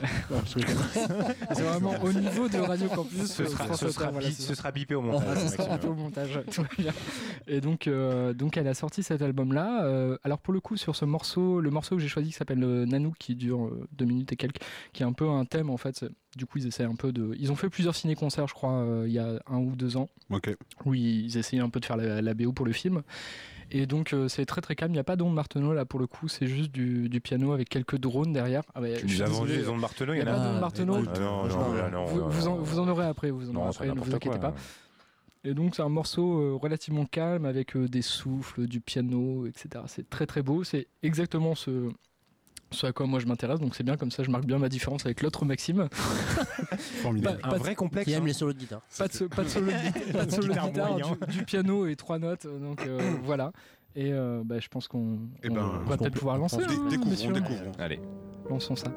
C'est vraiment au niveau de Radio Campus. Ce euh, sera, France ce Inter, sera, voilà, bi- c'est ce ça. sera bipé au Ah, montage. ce sera un peu au montage, tout va bien. Et donc, euh, donc elle a sorti cet album-là. Euh, alors pour le coup, sur ce morceau, le morceau que j'ai choisi qui s'appelle euh, Nanook, qui dure euh, deux minutes et quelques, qui est un peu un thème en fait. c'est- Du coup, ils essaient un peu de. Ils ont fait plusieurs ciné-concerts, je crois, euh, il y a un ou deux ans, Ok. où ils essayaient un peu de faire la, la B O pour le film. Et donc euh, c'est très très calme. Il n'y a pas d'onde Marteneau là pour le coup. C'est juste du, du piano avec quelques drones derrière. Ah bah, Tu je nous suis as vendu désolé. les ondes Marteneau, Il n'y a pas Ah, d'onde Marteneau. écoute, Ah non, franchement, non, là, non, vous, non, vous en, non. vous en aurez après, vous en Non, aurez c'est après, ne vous n'importe inquiétez quoi. pas. Et donc c'est un morceau euh, relativement calme avec euh, des souffles, du piano, et cetera. C'est très très beau, c'est exactement ce, ce à quoi moi je m'intéresse, donc c'est bien comme ça, je marque bien ma différence avec l'autre Maxime. Formidable. Pas- Un pas vrai de- complexe. Qui aime hein. les solos de guitare. Pas de, so- pas de solo de, gui- pas de solo de Guitare guitare, moyen. du, du piano et trois notes, donc euh, voilà. Et euh, bah, je pense qu'on Eh on ben, va qu'on peut-être peut- pouvoir lancer. Dé- hein, découvrons, messieurs. découvrons. Allez. Lançons ça.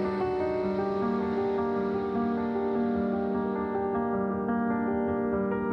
Thank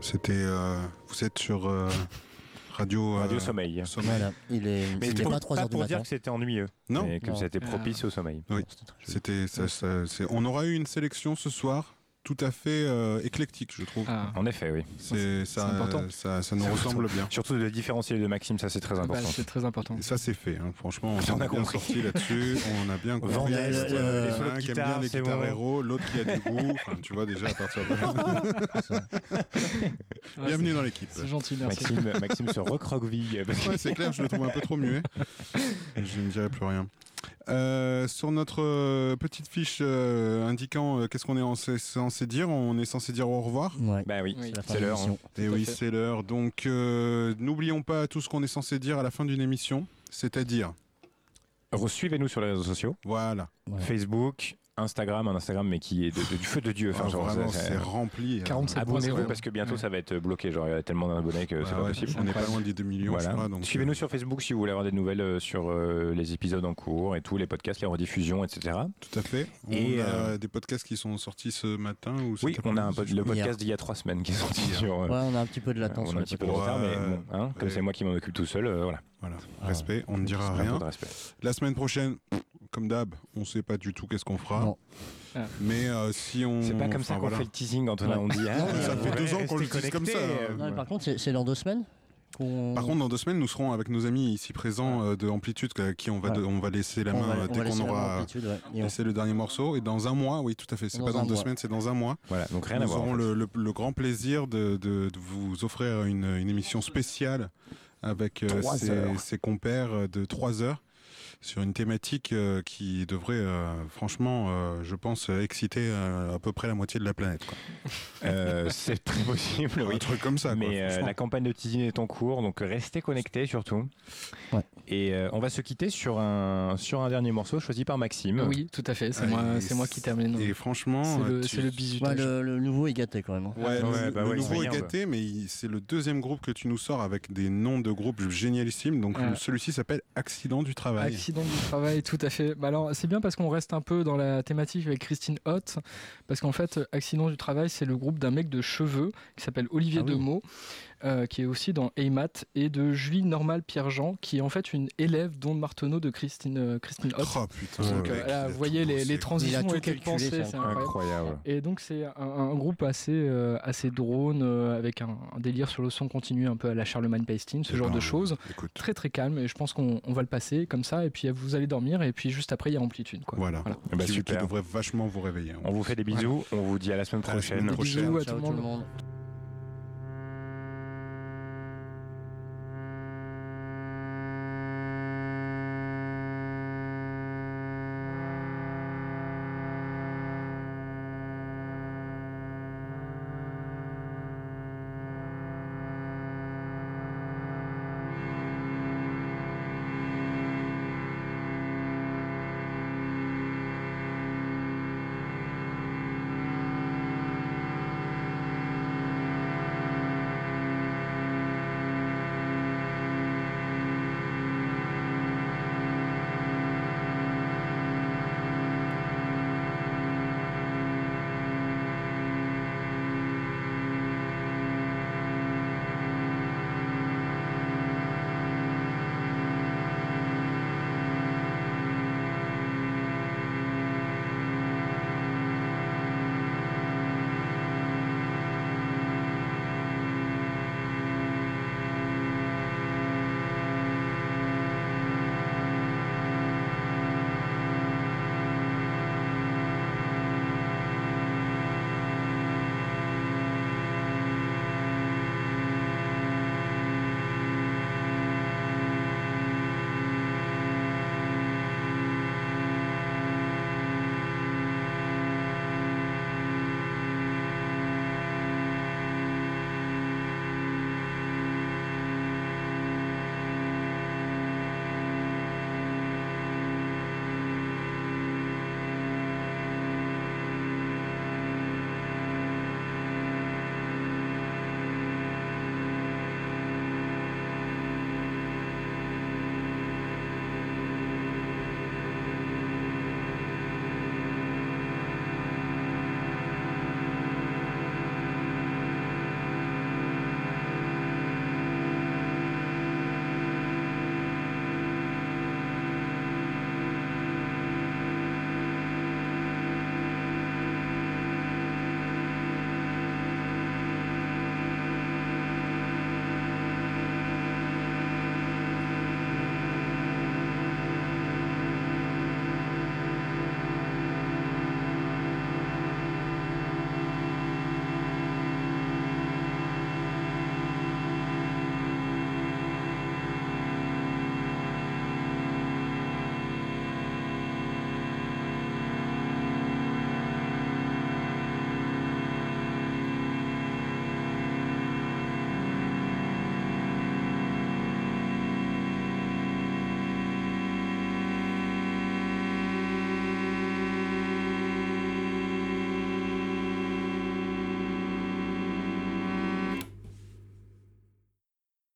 C'était. Euh, vous êtes sur euh, Radio. Radio euh, Sommeil. Sommeil. Voilà, il est. Mais C'était pour, pas trois pas heures du pour matin. dire que c'était ennuyeux. Non. Et que Non. c'était propice au sommeil. Oui. C'était. Ça, ça, c'est- on aura eu une sélection ce soir. Tout à fait euh, éclectique, je trouve. Ah. En effet, oui. C'est, ça, important. ça, ça nous C'est ressemble important. bien. Surtout de le différencier de Maxime, ça c'est très Bah, important. c'est très important. Et ça, c'est fait. Hein. Franchement, on, On s'en a a bien compris. sorti là-dessus. On a bien compris. Vendette, Euh, euh, les solos de un qui aime guitare, bien les c'est guitares bon. héros, l'autre qui a du goût. Enfin, tu vois déjà à partir de là. Bienvenue dans l'équipe. C'est gentil, merci. Maxime, Maxime se recroqueville. Ouais, c'est clair, je le trouve un peu trop muet. Je ne dirai plus rien. Euh, sur notre euh, petite fiche euh, indiquant euh, qu'est-ce qu'on est en- censé dire, on est censé dire au revoir. Ouais. Bah oui, Oui. C'est la fin c'est de l'heure. l'émission. Et Tout à oui, fait. c'est l'heure. Donc, euh, n'oublions pas tout ce qu'on est censé dire à la fin d'une émission, c'est-à-dire, Suivez-nous sur les réseaux sociaux. voilà, Ouais. Facebook, Instagram, un Instagram mais qui est de- de- du feu de Dieu. Enfin, Ah, genre, vraiment, c'est- c'est- c'est rempli. quarante-sept Abonnez-vous Ouais. parce que bientôt Ouais. ça va être bloqué. Genre, il y a tellement d'abonnés que Bah c'est pas ouais, possible. on n'est pas loin des deux millions, Voilà. je crois. Donc, Suivez-nous sur Facebook si vous voulez avoir des nouvelles euh, sur euh, les épisodes en cours et tous les podcasts, les rediffusions, et cetera. Tout à fait. On Et, a euh, des podcasts qui sont sortis ce matin ou Oui, cet on a un après-midi, pod- je le crois. podcast d'il y a trois semaines qui est sorti Hier. sur. euh, Ouais, on a un petit peu de latence. on sur a un les petit peu de podcasts. retard, mais Ouais, bon, hein, comme ouais. c'est moi qui m'en occupe tout seul, euh, voilà. Voilà, Ah. respect, on ne dira Un peu rien. de respect. La semaine prochaine, comme d'hab, on ne sait pas du tout qu'est-ce qu'on fera. Non. Ah. Mais euh, si on. C'est pas comme enfin, ça qu'on voilà. fait le teasing, Antonin. Ouais. On dit. Ah, Non, mais ça vous fait pouvez deux ans qu'on le rester tease comme ça, connectés, hein. euh, Non, mais par contre, c'est c'est dans deux semaines qu'on. Par contre, dans deux semaines, nous serons avec nos amis ici présents euh, de Amplitude, à qui on va, Ouais. de- on va laisser la on main va, euh, on dès va laisser qu'on la main aura Amplitude, ouais. Et on- laissé le dernier morceau. Et dans un mois, oui, tout à fait. C'est Dans pas dans un deux mois. semaines, c'est dans un mois. Voilà, donc rien à Nous voir. en aurons fait. le, le- le grand plaisir de, de- de vous offrir une, une émission spéciale avec euh, Trois ses, heures. ses compères euh, de trois heures sur une thématique euh, qui devrait, euh, franchement, euh, je pense, euh, exciter euh, à peu près la moitié de la planète. Quoi. Euh, c'est très possible, oui. Un truc comme ça. Mais quoi, euh, franchement. la campagne de teasing est en cours, donc restez connectés surtout. Ouais. Et euh, on va se quitter sur un, sur un dernier morceau choisi par Maxime. Oui, tout à fait. C'est Ah, moi, et c'est moi qui termine. Et franchement, C'est euh, le, tu- c'est le Ouais, bisutage. le, le nouveau est gâté quand même. hein. Ouais, le, Ouais, bah le ouais, nouveau il est se gâté, mais il- c'est le deuxième groupe que tu nous sors avec des noms de groupes génialissimes. Donc Ouais. celui-ci s'appelle Accident du travail. Accident du travail, tout à fait. Bah alors, c'est bien parce qu'on reste un peu dans la thématique avec Christine Hott, parce qu'en fait, Accident du travail, c'est le groupe d'un mec de cheveux qui s'appelle Olivier Ah oui. Demeaux, euh, qui est aussi dans Aymat, et de Julie Normale Pierre-Jean, qui est en fait une élève d'Onde Marteneau de Christine, euh, Christine Hott. Oh putain, Donc, le euh, mec, là, il a vous tout voyez les, bossé, les quoi. transitions Il a ont tout été calculé, pensées, c'est c'est incroyable. Incroyable. Et donc c'est un, un groupe assez, euh, assez drone, euh, avec un, un délire sur le son continu, un peu à la Charlemagne Pastine, ce Eh genre ben, de choses. Écoute, Très très calme, et je pense qu'on on va le passer comme ça, et puis vous allez dormir, et puis juste après il y a Amplitude. Quoi. voilà. Voilà. Bah, qui, qui super. devrait vachement vous réveiller. hein. On vous fait des bisous, on vous dit à la semaine À la semaine prochaine. prochaine. Bisous à Ciao tout le tout monde. le monde.